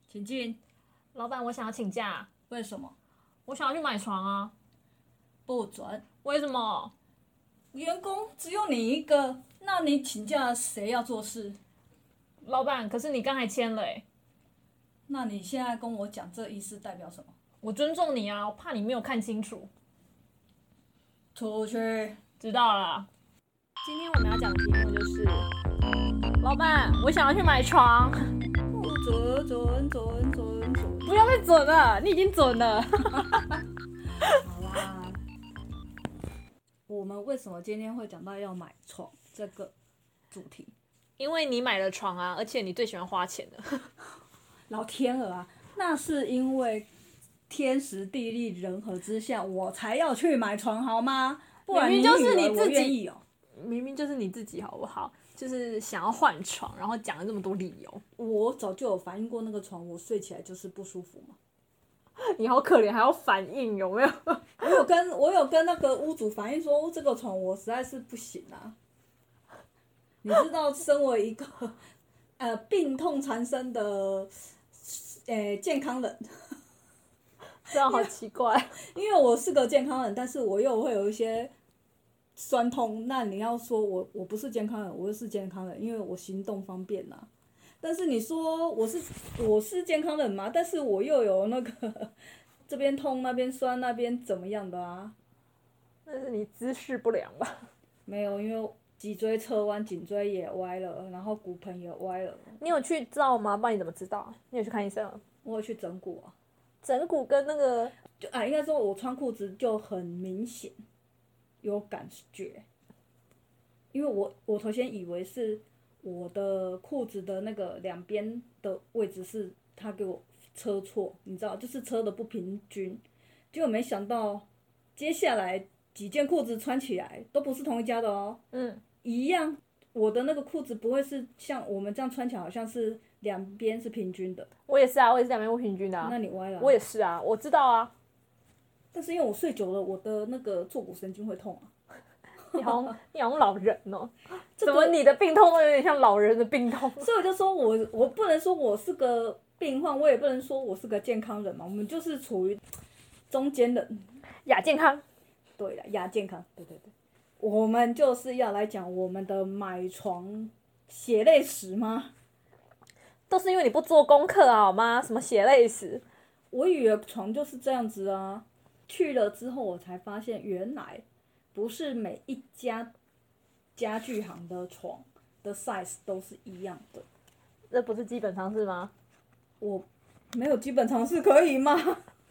请进。 老板，我想要请假， 为什么？ 我想要去买床啊。 不准！ 为什么？ 员工只有你一个，那你请假谁要做事？ 老板，可是你刚才签了欸。 那你现在跟我讲这意思代表什么？ 我尊重你啊，我怕你没有看清楚。 出去。 知道了。今天我们要讲的题目就是，老板，我想要去买床。 不准！ 不要再准了，你已经准了。 好啦，我们为什么今天会讲到要买床这个主题？ 因为你买了床啊，而且你最喜欢花钱的。 老天鹅啊，那是因为天时地利人和之下，我才要去买床，好吗？不然明明就是你以为自己我愿意哦。 明明就是你自己好不好？就是想要换床，然后讲了这么多理由。 我早就有反映过那个床，我睡起来就是不舒服嘛。 你好可怜，还要反应有没有？ 我有跟那个屋主反映说，这个床我实在是不行啊。你知道，身为一个病痛缠身的健康人， 这样好奇怪。 因为我是个健康人，但是我又会有一些酸痛。那你要说我不是健康人，我又是健康人，因为我行动方便啊。但是你说我是健康人嘛？但是我又有那个这边痛那边酸那边怎么样的啊？ 那是你姿势不良吧？ 没有，因为脊椎侧弯，颈椎也歪了，然后骨盆也歪了。 你有去照吗？不然你怎么知道？你有去看医生吗？ 我有去整骨啊。 整骨跟那个应该说我穿裤子就很明显有感觉，因为我头先以为是我的裤子的那个两边的位置是他给我车错，你知道，就是车的不平均，结果没想到接下来几件裤子穿起来都不是同一家的哦。一样，我的那个裤子不会是像我们这样穿起来好像是两边是平均的。 我也是啊，我也是两边不平均的啊。 那你歪了啊。 我也是啊，我知道啊。 但是因为我睡久了，我的那个坐骨神经会痛啊。 你好像老人哦。怎么你的病痛都有点像老人的病痛？ 所以我就说我不能说我是个病患，我也不能说我是个健康人嘛，我们就是处于中间人。 亚健康。 对了，亚健康，对。我们就是要来讲我们的买床血泪史吗？ 都是因为你不做功课好吗？什么血泪史？ 我以为床就是这样子啊，去了之后我才发现，原来不是每一家家具行的床的 size 都是一样的。 这不是基本常识吗？ 我没有基本常识可以吗？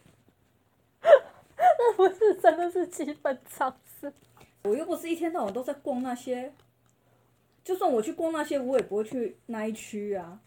那不是真的是基本常识。 我又不是一天到晚都在逛那些，就算我去逛那些，我也不会去那一区啊。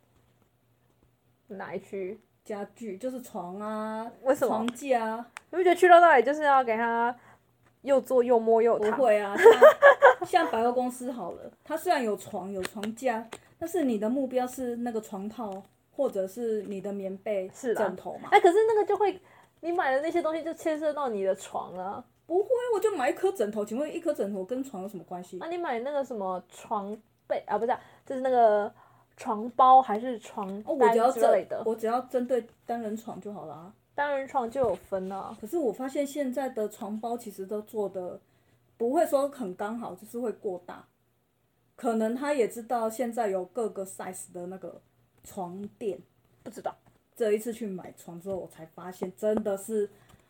哪一区？ 家具就是床啊， 为什么？ 床架啊。 你不觉得去到那里就是要给他又坐又摸又躺？ 不会啊，像百货公司好了，它虽然有床有床架，但是你的目标是那个床套或者是你的棉被、枕头嘛。 可是那个就会，你买的那些东西就牵涉到你的床啊。 不会，我就买一颗枕头。请问一颗枕头跟床有什么关系？ 你买那个什么床被啊？不是就是那个床包还是床单之类的？ 我只要针对单人床就好了啊。 单人床就有分啊。 可是我发现现在的床包其实都做的不会说很刚好，就是会过大。可能他也知道现在有各个 size 的那个床垫， 不知道。 这一次去买床之后，我才发现真的是，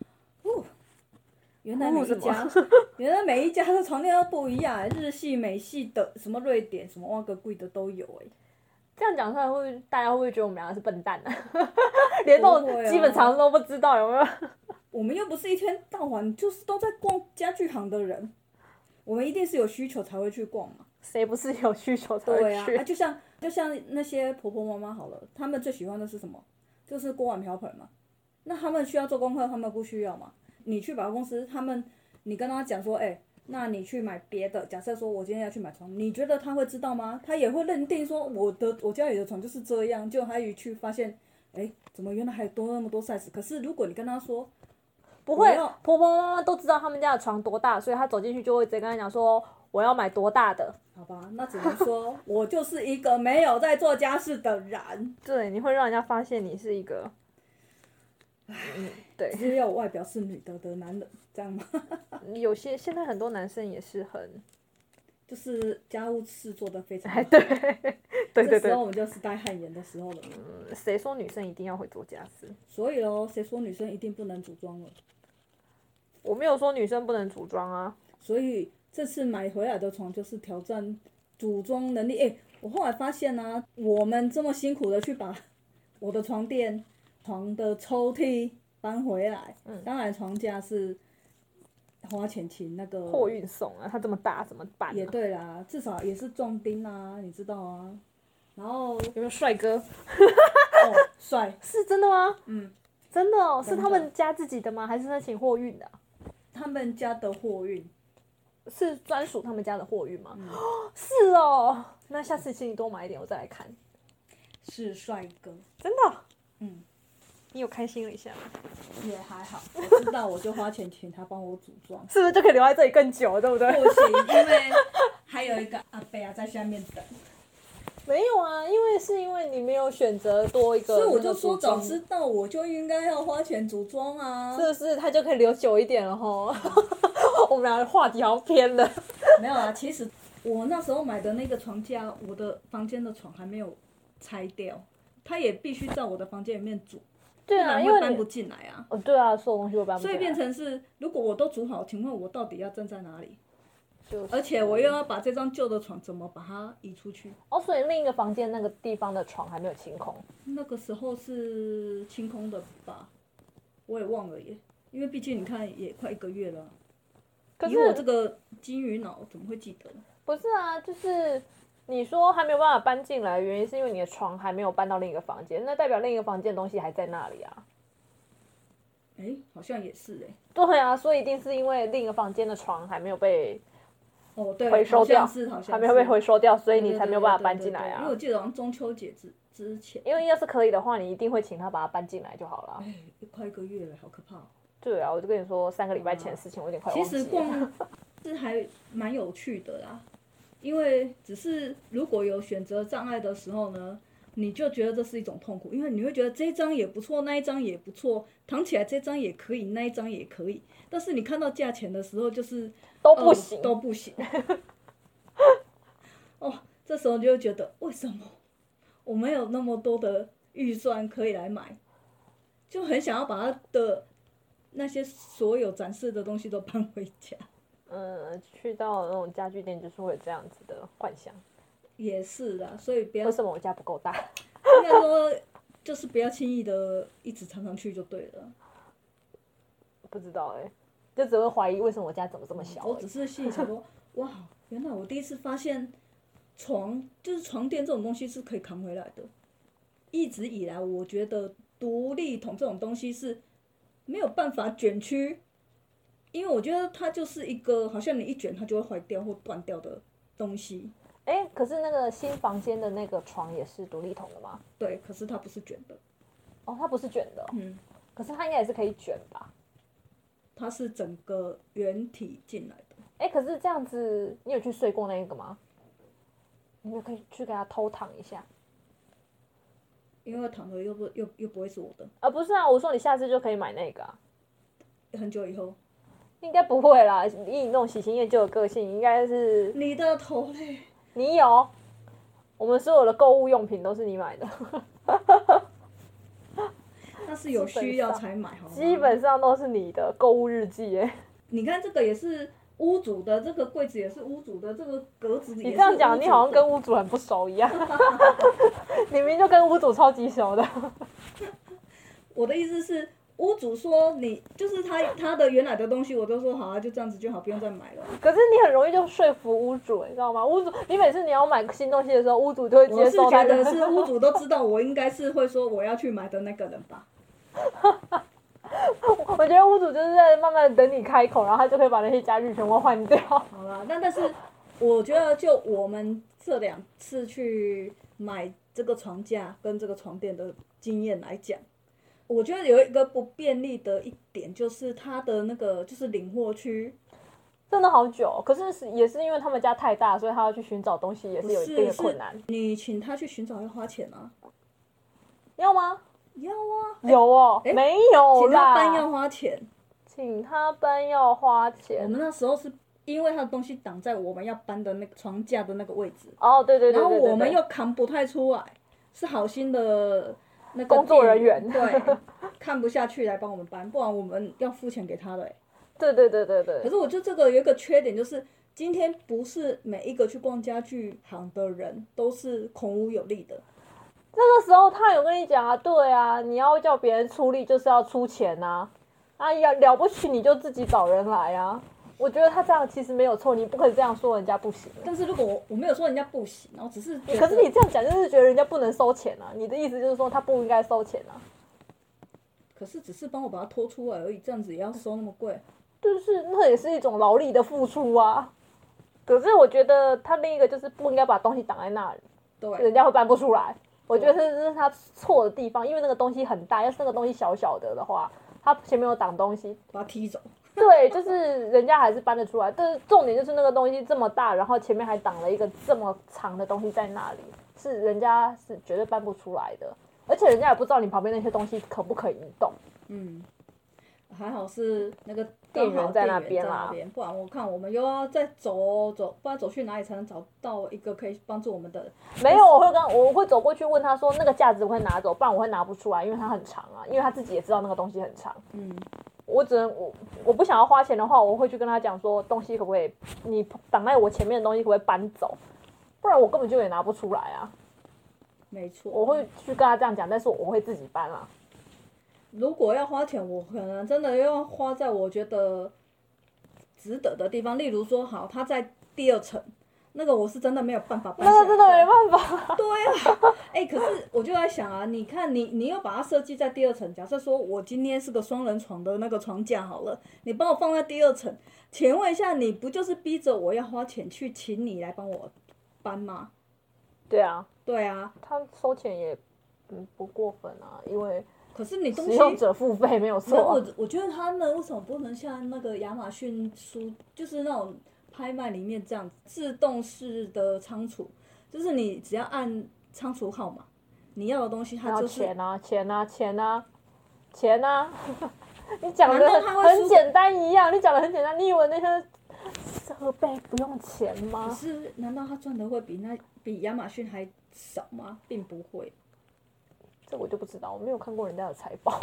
原来每一家的床垫都不一样，日系、美系的，什么瑞典、什么挖个贵的都有哎。 这样讲出来大家会不会觉得我们两个是笨蛋啊？连这种基本常识都不知道，有没有？ 我们又不是一天到晚就是都在逛家具行的人，我们一定是有需求才会去逛嘛。 谁不是有需求才会去？ 就像那些婆婆妈妈好了，他们最喜欢的是什么？就是锅碗瓢盆嘛。那他们需要做功课，他们不需要嘛？你去百货公司，你跟他讲说，那你去买别的。假设说我今天要去买床，你觉得他会知道吗？他也会认定说我家里的床就是这样，就他一去发现，怎么原来还有那么多 size？ 可是如果你跟他说， 不会，婆婆妈妈都知道他们家的床多大，所以他走进去就会直接跟他讲说， 我要买多大的。 好吧，那只能说我就是一个没有在做家事的人。 对，你会让人家发现你是一个，对， 只有外表是女的男人，这样吗？ 有些现在很多男生也是很， 就是家务事做得非常哎， 好。 对， 这时候我们就是带汗颜的时候了。 谁说女生一定要会做家事？ 所以咯，谁说女生一定不能组装了？ 我没有说女生不能组装啊。 所以这次买回来的床就是挑战组装能力。我后来发现啊，我们这么辛苦的去把我的床垫、床的抽屉搬回来，当然床架是花钱请那个货运送啊，它这么大怎么办啊？ 也对啦，至少也是重钉啊，你知道啊。然后有没有帅哥？ 哦，帅， 是真的吗？真的哦，是真的他们家自己的吗？还是他请货运的啊？ 他们家的货运是专属他们家的货运吗？是哦，那下次请你多买一点，我再来看。 是帅哥， 真的？你有开心了一下吗？ 也还好，我知道我就花钱请他帮我组装。 是不是就可以留在这里更久，对不对？ 不行，因为还有一个阿伯啊在下面等。 没有啊，因为你没有选择多一个， 所以我就说早知道我就应该要花钱组装啊。 是不是他就可以留久一点了吼？我们俩的话题好像偏了。 没有啊，其实我那时候买的那个床架，我的房间的床还没有拆掉，它也必须在我的房间里面煮， 对啊， 不然因为会搬不进来啊。 哦，对啊，所有东西都搬不进来， 所以变成是，如果我都煮好，请问我到底要站在哪里？ 就是而且我又要把这张旧的床怎么把它移出去？ 哦，所以另一个房间那个地方的床还没有清空。 那个时候是清空的吧？我也忘了耶，因为毕竟你看也快1个月了。 可是以我这个金鱼脑怎么会记得？ 不是啊，就是你说还没有办法搬进来，原因是因为你的床还没有搬到另一个房间，那代表另一个房间的东西还在那里啊。 好像也是对啊，所以一定是因为另一个房间的床还没有被对， 回收掉， 好像是还没有被回收掉，所以你对才没有办法搬对进来啊。 因为我记得好像中秋节之前。 因为要是可以的话，你一定会请他把它搬进来就好了。 快1个月了，好可怕。 对啊，我就跟你说3个礼拜前的事情，我有点快忘记了。 其实逛是还蛮有趣的啦，因为只是如果有选择障碍的时候呢，你就觉得这是一种痛苦，因为你会觉得这一张也不错，那一张也不错，躺起来这张也可以，那一张也可以，但是你看到价钱的时候，就是都不行， 都不行。这时候就会觉得为什么我没有那么多的预算可以来买，就很想要把它的那些所有展示的东西都搬回家。 去到那种家具店就是会有这样子的幻想。 也是啦，所以不要。 为什么我家不够大？ 应该说，就是不要轻易的一直常常去就对了。 不知道就只会怀疑为什么我家怎么这么小。 我只是心里想说，哇，原来我第一次发现就是床垫这种东西是可以扛回来的。一直以来，我觉得独立筒这种东西是没有办法卷曲，因为我觉得它就是一个好像你一卷它就会坏掉或断掉的东西。 可是那个新房间的那个床也是独立筒的吗？ 对，可是它不是卷的。 哦，它不是卷的。可是它应该也是可以卷吧？ 它是整个原体进来的。 可是这样子，你有去睡过那个吗？你有可以去给他偷躺一下？ 因为躺了又不会是我的。 不是啊，我说你下次就可以买那个啊。 很久以后。 应该不会啦，以你那种喜新厌旧的个性，应该是。 你的头嘞？ 你有，我们所有的购物用品都是你买的。 那是有需要才买，好吗？ 基本上都是你的购物日记你看这个也是屋主的，这个柜子也是屋主的，这个格子也是屋主的。 你这样讲，你好像跟屋主很不熟一样。你明明就跟屋主超级熟的。 我的意思是，屋主说你就是他的原来的东西，我都说好啊，就这样子就好，不用再买了。 可是你很容易就说服屋主，你知道吗？屋主，你每次你要买新东西的时候，屋主就会接受他的。 我是觉得是屋主都知道我应该是会说我要去买的那个人吧。 我觉得屋主就是在慢慢等你开口，然后他就可以把那些家具全部换掉。 好啦，但是我觉得就我们这2次去买这个床架跟这个床垫的经验来讲，我觉得有一个不便利的一点就是它的那个就是领货区真的好久。可是也是因为他们家太大，所以他要去寻找东西也是有一定的困难。 你请他去寻找要花钱吗？ 要吗？ 要啊。 有哦，没有啦。 请他搬要花钱。 请他搬要花钱。 我们那时候是因为他的东西挡在我们要搬的那个床架的那个位置。 哦，对。 然后我们又扛不太出来，是好心的那个工作人员， 对，看不下去来帮我们搬，不然我们要付钱给他的。 对。可是我觉得这个有一个缺点，就是今天不是每一个去逛家具行的人都是孔武有力的。 这个时候他有跟你讲啊，对啊，你要叫别人出力就是要出钱啊。要了不起你就自己找人来啊！我觉得他这样其实没有错，你不可以这样说人家不行。 但是如果我没有说人家不行，然后只是觉得， 可是你这样讲就是觉得人家不能收钱啊！你的意思就是说他不应该收钱啊？ 可是只是帮我把它拖出来而已，这样子也要收那么贵？ 就是那也是一种劳力的付出啊。可是我觉得他另一个就是不应该把东西挡在那里， 对， 人家会搬不出来。我觉得这是他错的地方，因为那个东西很大，要是那个东西小小的话。他前面有挡东西， 把它踢走。 对，就是人家还是搬得出来，但是重点就是那个东西这么大，然后前面还挡了一个这么长的东西在那里，是人家是绝对搬不出来的，而且人家也不知道你旁边那些东西可不可以移动。 还好是那个店员在那边啦， 不然我看我们又要再走，不然走去哪里才能找到一个可以帮助我们的？ 没有，我会走过去问他说那个架子我会拿走，不然我会拿不出来，因为它很长啊，因为他自己也知道那个东西很长。我不想要花钱的话，我会去跟他讲说东西可不可以，你挡在我前面的东西可不可以搬走，不然我根本就也拿不出来啊。 没错， 我会去跟他这样讲，但是我会自己搬啦。 如果要花钱，我可能真的要花在我觉得值得的地方，例如说，好，他在第2层，那个我是真的没有办法搬下来。 那个真的没办法。 对啊，可是我就在想啊，你看你又把它设计在第2层，假设说我今天是个双人床的那个床架好了，你帮我放在第2层，请问一下，你不就是逼着我要花钱去请你来帮我搬吗？ 对啊。 对啊。 他收钱也不过分啊，因为。 可是你东西使用者付费没有错。 我觉得他呢，为什么不能像那个亚马逊就是那种拍卖里面这样自动式的仓储，就是你只要按仓储号码，你要的东西它就是钱啊！你讲的很简单一样，你讲的很简单，你以为那些设备不用钱吗？ 可是难道他赚的会比亚马逊还少吗？并不会。 这我就不知道，我没有看过人家的财报。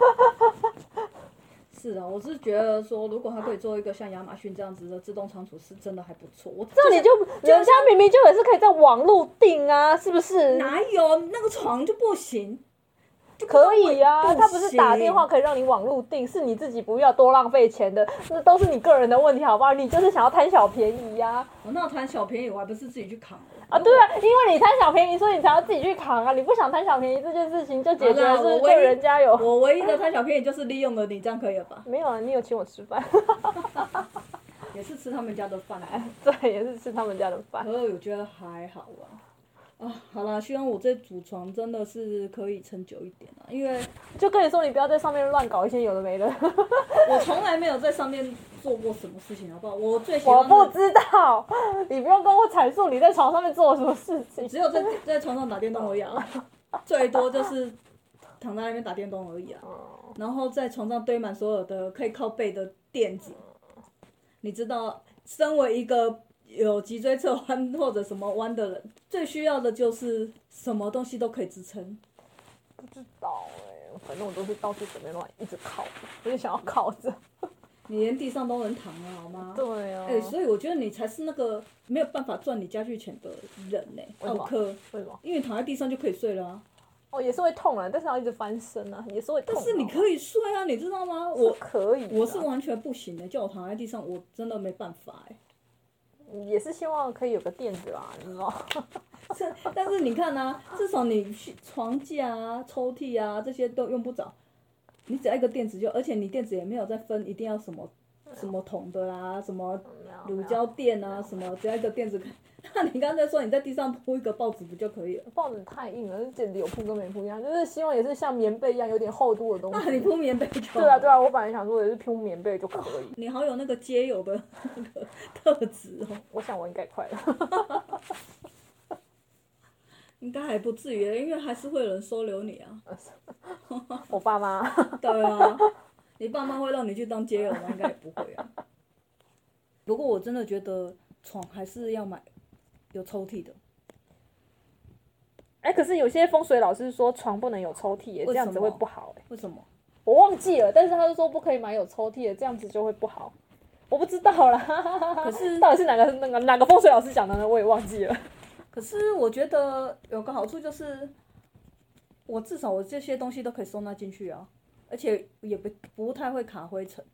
是啊，我是觉得说，如果他可以做一个像亚马逊这样子的自动仓储，是真的还不错。 这你人家明明就也是可以在网路订啊，是不是？ 哪有那个床就不行？ 可以啊，他不是打电话可以让你网路订，是你自己不要多浪费钱的，那都是你个人的问题，好不好？你就是想要贪小便宜呀。 那我贪小便宜，我还不是自己去扛啊？对啊，因为你贪小便宜，所以你才要自己去扛啊！你不想贪小便宜这件事情就解决了，是就人家有。 我唯一的贪小便宜就是利用了你，这样可以了吧？ 没有啊，你有请我吃饭。 也是吃他们家的饭。 对，也是吃他们家的饭。 我觉得还好啊。好啦，希望我这组床真的是可以撑久一点啊，因为就跟你说，你不要在上面乱搞一些有的没的。 我从来没有在上面做过什么事情，好不好？我最喜欢。 我不知道，你不用跟我阐述你在床上面做了什么事情。 只有在床上打电动而已啊，最多就是躺在那边打电动而已啊。然后在床上堆满所有的可以靠背的垫子。你知道，身为一个有脊椎侧弯或者什么弯的人，最需要的就是什么东西都可以支撑。 不知道反正我都是到处随便乱一直靠，我就想要靠着。 你连地上都能躺了好吗？ 对啊。 所以我觉得你才是那个没有办法赚你家具钱的人呢。奥克。 为什么？ 因为躺在地上就可以睡了啊。 也是会痛啊，但是要一直翻身啊，也是会痛。 但是你可以睡啊，你知道吗？我可以。 我是完全不行的，叫我躺在地上，我真的没办法也是希望可以有个垫子啦，你知道。 但是你看啊，至少你床架啊、抽屉啊这些都用不着，你只要一个垫子而且你垫子也没有再分一定要什么铜的啦，什么乳胶垫啊什么，只要一个垫子那你刚才说你在地上铺一个报纸不就可以了？ 报纸太硬了，简直有铺跟没铺一样，就是希望也是像棉被一样有点厚度的东西。 那你铺棉被就好。 对啊对啊，我本来想说也是铺棉被就可以。 你好有那个街友的那个特质哦。 我想我应该快了。 应该还不至于，因为还是会有人收留你啊。 我爸妈。 对啊，你爸妈会让你去当街友吗？应该也不会啊。不过我真的觉得床还是要买有抽屉的。 可是有些风水老师说床不能有抽屉耶，这样子会不好耶。 为什么？ 我忘记了，但是他就说不可以买有抽屉的，这样子就会不好。我不知道啦。 可是到底是哪个风水老师讲的呢？我也忘记了。 可是我觉得有个好处就是，至少我这些东西都可以收纳进去啊，而且也不太会卡灰尘。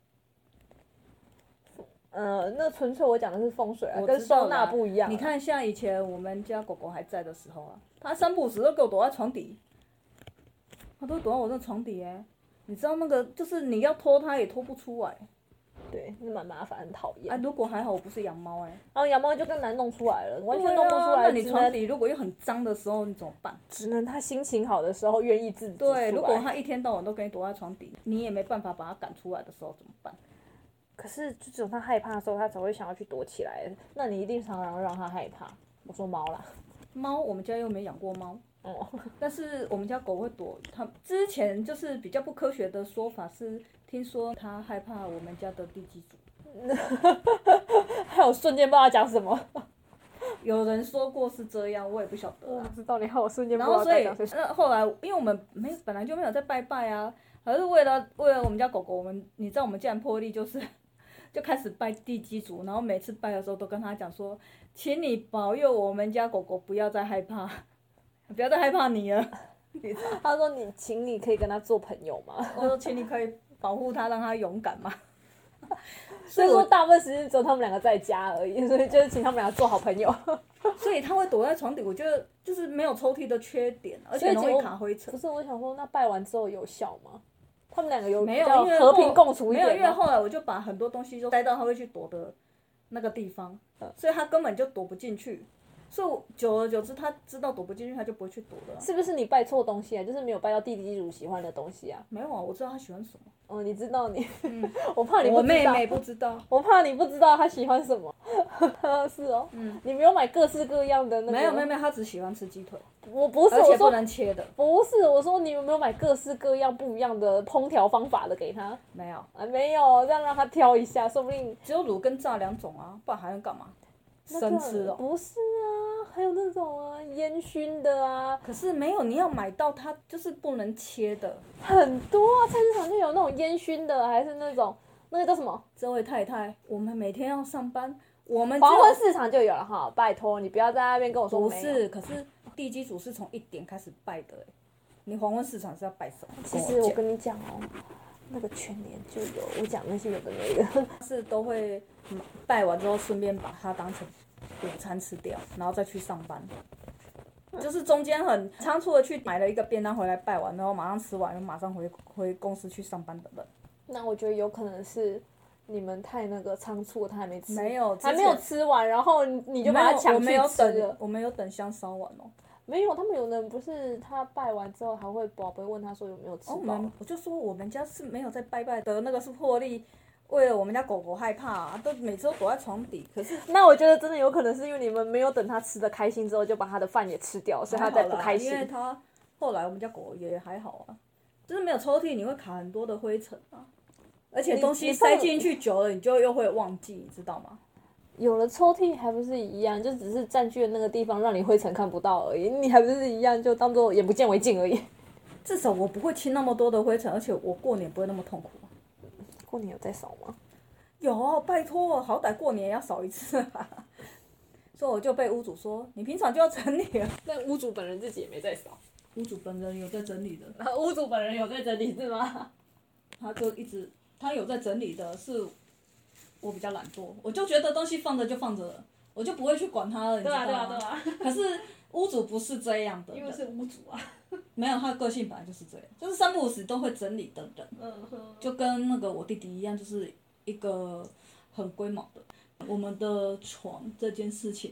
那纯粹我讲的是风水啊，跟收纳不一样。 你看，像以前我们家狗狗还在的时候啊，它三不五时都给我躲在床底，它都躲在我的床底你知道那个就是你要拖它也拖不出来。 对，那蛮麻烦，很讨厌。 如果还好我不是养猫然后养猫就更难弄出来了，完全弄不出来。 那你床底如果又很脏的时候，你怎么办？ 只能它心情好的时候愿意自己出来。 对，如果它一天到晚都给你躲在床底，你也没办法把它赶出来的时候怎么办？ 可是就只有它害怕的时候，它才会想要去躲起来。那你一定常常让它害怕。我说猫啦， 猫我们家又没养过猫。但是我们家狗会躲。它之前就是比较不科学的说法是，听说它害怕我们家的地基主。 还有瞬间不知道讲什么。 有人说过是这样，我也不晓得。 我不知道，你害我瞬间不知道该讲什么。 后来因为我们本来就没有在拜拜啊，可是为了我们家狗狗，你知道我们既然破例就是就开始拜地基主，然后每次拜的时候都跟他讲说，请你保佑我们家狗狗不要再害怕，不要再害怕你了。 他说请你可以跟他做朋友吗？ 我说请你可以保护他，让他勇敢吗？ 所以说大部分时间只有他们两个在家而已，所以就是请他们两个做好朋友。 所以他会躲在床底，我觉得就是没有抽屉的缺点，而且容易卡灰尘。 不是，我想说那拜完之后有效吗？他们两个有没有和平共处一点吗？ 没有，因为后来我就把很多东西都塞到他会去躲的那个地方，所以他根本就躲不进去。所以久而久之，他知道躲不进去，他就不会去躲了。 是不是你拜错东西啊？就是没有拜到地基主喜欢的东西啊？ 没有啊，我知道他喜欢什么。 你知道你，我怕你不知道。 我妹妹不知道。 我怕你不知道她喜欢什么。是哦。你没有买各式各样的那个？ 没有，她只喜欢吃鸡腿。 我不是， 而且不能切的。 不是，我说你有没有买各式各样不一样的烹调方法的给她？ 没有。 没有，这样让她挑一下，说不定只有卤跟炸2种啊，不然还能干嘛？生吃哦。 不是啊，还有那种啊烟熏的啊。 可是没有，你要买到它就是不能切的。 很多啊，菜市场就有那种烟熏的，还是那种那个叫什么？ 这位太太，我们每天要上班，我们黄昏市场就有了哈，拜托你不要在那边跟我说没有。 不是，可是地基主是从1点开始拜的你黄昏市场是要拜什么？ 其实我跟你讲哦，那个全年就有，我讲那些有的没的， 是都会拜完之后顺便把它当成午餐吃掉，然后再去上班。就是中间很仓促的去买了一个便当回来拜完，然后马上吃完，又马上回公司去上班的人。 那我觉得有可能是你们太那个仓促，他还没吃， 没有， 还没有吃完，然后你就把它抢去吃了。 我没有等香烧完哦。 没有，他们有人不是他拜完之后还会宝贝问他说有没有吃饱。 我就说我们家是没有在拜的，那个是破例。为了我们家狗狗害怕，都每次都躲在床底。可是那我觉得真的有可能是因为你们没有等它吃的开心之后，就把它的饭也吃掉，所以它才不开心。 因为它后来我们家狗也还好啊，就是没有抽屉，你会卡很多的灰尘啊，而且东西塞进去久了，你就又会忘记，你知道吗？ 有了抽屉还不是一样，就只是占据了那个地方，让你灰尘看不到而已。你还不是一样，就当做眼不见为净而已。 至少我不会清那么多的灰尘，而且我过年不会那么痛苦。 过年有在扫吗？ 有，拜托，好歹过年也要扫一次啊。所以我就被屋主说，你平常就要整理了。 但屋主本人自己也没在扫。 屋主本人有在整理的。 屋主本人有在整理是吗？ 他有在整理的，是我比较懒惰，我就觉得东西放着就放着了，我就不会去管它了，你知道吗？ 对啊。 可是屋主不是这样的。 因为是屋主啊。 没有，他的个性本来就是这样，就是三不五时都会整理的人。就跟那个我弟弟一样，就是一个很龟毛的。我们的床这件事情，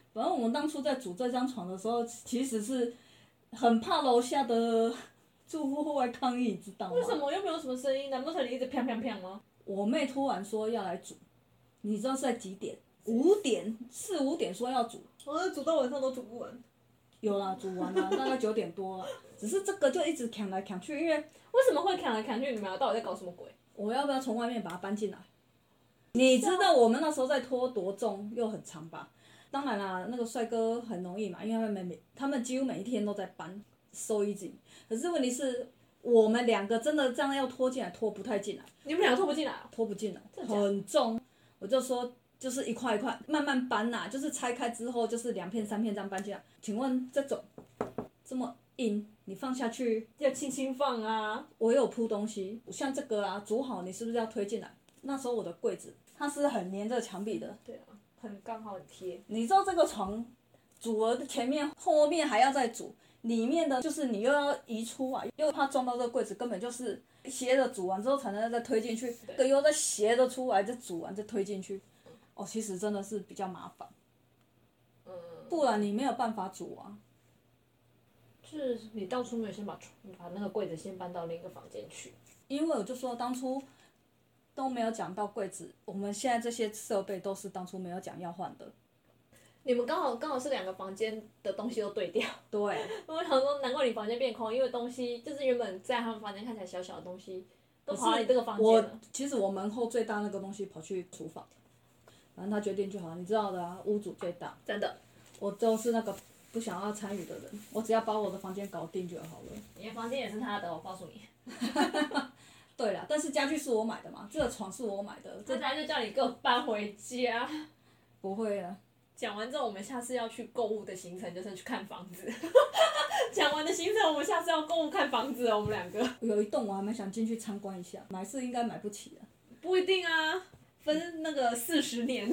反正我们当初在组这张床的时候，其实是很怕楼下的住户户外抗议，你知道吗？ 为什么又没有什么声音？难不成你一直砰砰砰吗？ 我妹突然说要来煮，你知道是在几点？5点4、5点说要煮。 我煮到晚上都煮不完。 有啦，煮完了，大概9点多了。只是这个就一直扛来扛去，因为为什么会扛来扛去？你们俩到底在搞什么鬼？ 我要不要从外面把它搬进来？你知道我们那时候在拖多重又很长吧？当然啦，那个帅哥很容易嘛，因为他们几乎每一天都在搬，so easy。可是问题是，我们2个真的这样要拖进来，拖不太进来。 你们俩拖不进来啊？ 拖不进来， 真的假的很重。我就说，就是一块一块慢慢搬呐、就是拆开之后就是2片3片这样搬进来。请问这种这么硬，你放下去要轻轻放啊。 我有铺东西，像这个啊，煮好你是不是要推进来？那时候我的柜子它是很粘着墙壁的， 对啊，很刚好很贴。 你知道这个床煮了前面后面还要再煮，里面的就是你又要移出来，又怕撞到这个柜子，根本就是斜着煮完之后才能再推进去，这个又再斜着出来，再煮完再推进去。哦，其实真的是比较麻烦，不然你没有办法煮啊。 就是你当初没有先把那个柜子先搬到另一个房间去。 因为我就说当初都没有讲到柜子，我们现在这些设备都是当初没有讲要换的。 你们刚好是2个房间的东西都对调。 对， 我想说，难怪你房间变空，因为东西就是原本在他们房间看起来小小的东西，都跑到你这个房间了。 其实我门后最大那个东西跑去厨房，反正他决定就好，你知道的啊，屋主最大。 真的。 我就是那个不想要参与的人，我只要把我的房间搞定就好了。 你的房间也是他的，我告诉你。 对啦，但是家具是我买的嘛，这个床是我买的。 这才就叫你给我搬回家。 不会啊。 讲完之后，我们下次要去购物的行程就是去看房子。讲完的行程，我们下次要购物看房子了，我们2个。 有一栋我还蛮想进去参观一下，买是应该买不起的。 不一定啊，分那个40年。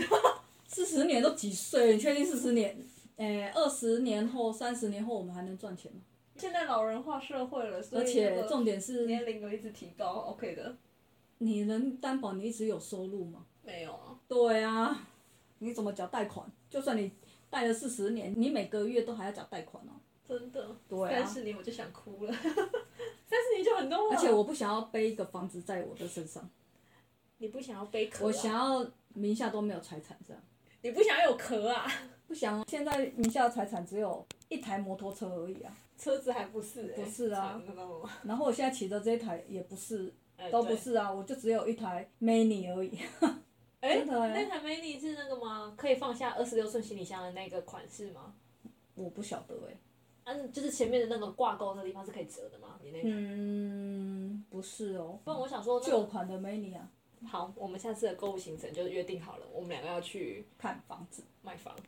40年都几岁了？你确定40年？20年后、30年后我们还能赚钱吗？ 现在老人化社会了，所以而且重点是年龄有一直提高 ，OK 的。 你能担保你一直有收入吗？ 没有啊。 对啊，你怎么缴贷款？就算你贷了40年，你每个月都还要缴贷款哦。 真的。 对啊。 30年我就想哭了。30年就很多了。 而且我不想要背一个房子在我的身上。 你不想要背壳啊？ 我想要名下都没有财产这样。 你不想要有壳啊？ 不想，现在名下的财产只有1台摩托车而已啊。 车子还不是不是啊。 知道吗？ 然后我现在骑的这一台也不是，都不对是啊，我就只有1台 Mini 而已。真的那台 Mini 是那个吗？可以放下26寸行李箱的那个款式吗？ 我不晓得就是前面的那个挂钩的地方是可以折的吗？你那台？不是哦。 不然我想说旧款的 Mini 啊。 好，我们下次的购物行程就约定好了，我们2个要去看房子。 买房。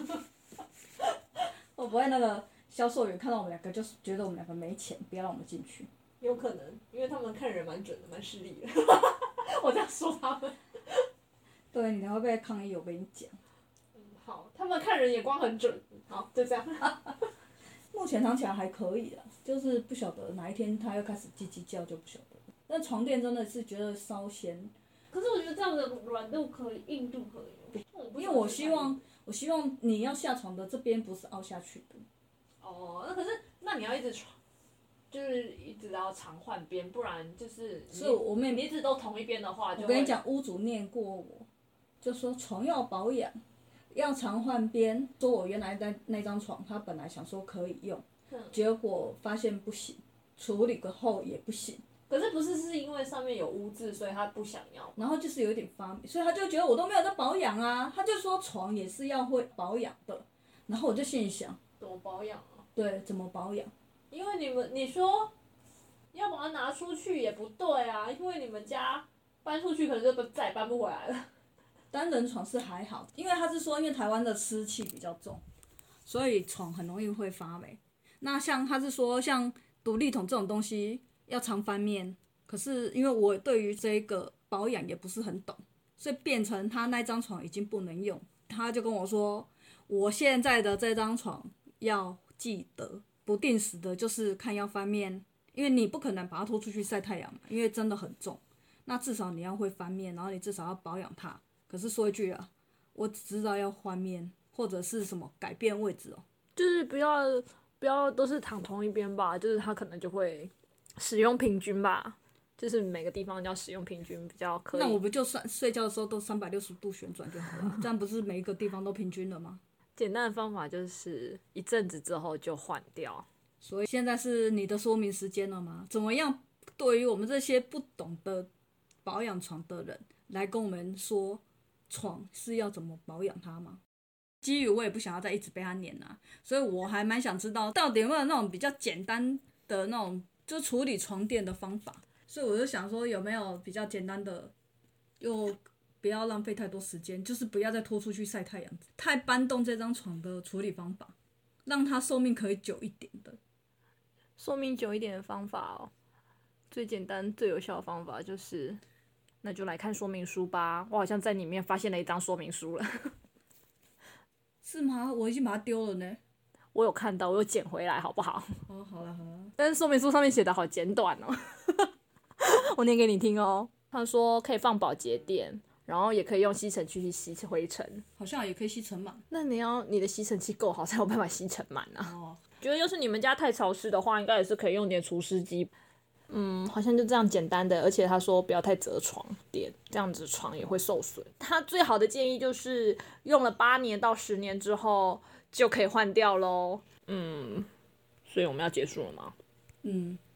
会不会那个销售员看到我们2个，就是觉得我们2个没钱，不要让我们进去？ 有可能，因为他们看人蛮准的，蛮势利的。我这样说他们。 对，你还会被抗议，我跟你讲。 好，他们看人眼光很准。好，就这样。 目前尝起来还可以啦，就是不晓得哪一天他又开始叽叽叫就不晓得。但床垫真的是觉得稍咸。 可是我觉得这样的软度可以，硬度可以。 因为我希望你要下床的这边不是凹下去的。 哦，那你要一直就是一直要常换边，不然就是所以我妹你一直都同一边的话， 我跟你讲，屋主念过我，就说床要保养，要常换边。说我原来那张床，他本来想说可以用，结果发现不行，处理过后也不行。 可是不是因为上面有污渍，所以他不想要。 然后就是有一点发霉，所以他就觉得我都没有在保养啊，他就说床也是要会保养的。然后我就心里想， 怎么保养啊？ 对，怎么保养？ 因为你说要把它拿出去也不对啊，因为你们家搬出去可能就再也搬不回来了。 单人床是还好，因为他是说因为台湾的湿气比较重，所以床很容易会发霉。那像他是说像独立筒这种东西要常翻面，可是因为我对于这个保养也不是很懂，所以变成他那张床已经不能用。他就跟我说，我现在的这张床要记得不定时的，就是看要翻面，因为你不可能把它拖出去晒太阳嘛，因为真的很重。那至少你要会翻面，然后你至少要保养它。可是说一句啊，我只知道要翻面， 或者是什么改变位置哦？ 就是不要都是躺同一边吧，就是它可能就会使用平均吧，就是每个地方要使用平均比较可以。 那我不就算睡觉的时候都360度旋转就好了，这样不是每一个地方都平均了吗？ 简单的方法就是一阵子之后就换掉。 所以现在是你的说明时间了吗？怎么样？对于我们这些不懂得保养床的人来跟我们说，床是要怎么保养它吗？基于我也不想要再一直被它黏啊，所以我还蛮想知道到底有没有那种比较简单的那种就处理床垫的方法。所以我就想说有没有比较简单的，又不要浪费太多时间，就是不要再拖出去晒太阳，太搬动这张床的处理方法，让它寿命可以久一点的。 寿命久一点的方法哦，最简单最有效的方法就是，那就来看说明书吧。我好像在里面发现了一张说明书了。 是吗？我已经把它丢了呢。 我有看到，我有捡回来，好不好？ 哦，好了好了。 但是说明书上面写的好简短哦。我念给你听哦。他说可以放保洁垫，然后也可以用吸尘器去吸灰尘。 好像也可以吸尘螨。 那你的吸尘器够好才有办法吸尘螨啊。 哦。 觉得要是你们家太潮湿的话，应该也是可以用点除湿机。好像就这样简单的，而且他说不要太折床垫，这样子床也会受损。他最好的建议就是用了8年到10年之后就可以换掉咯。所以我们要结束了吗？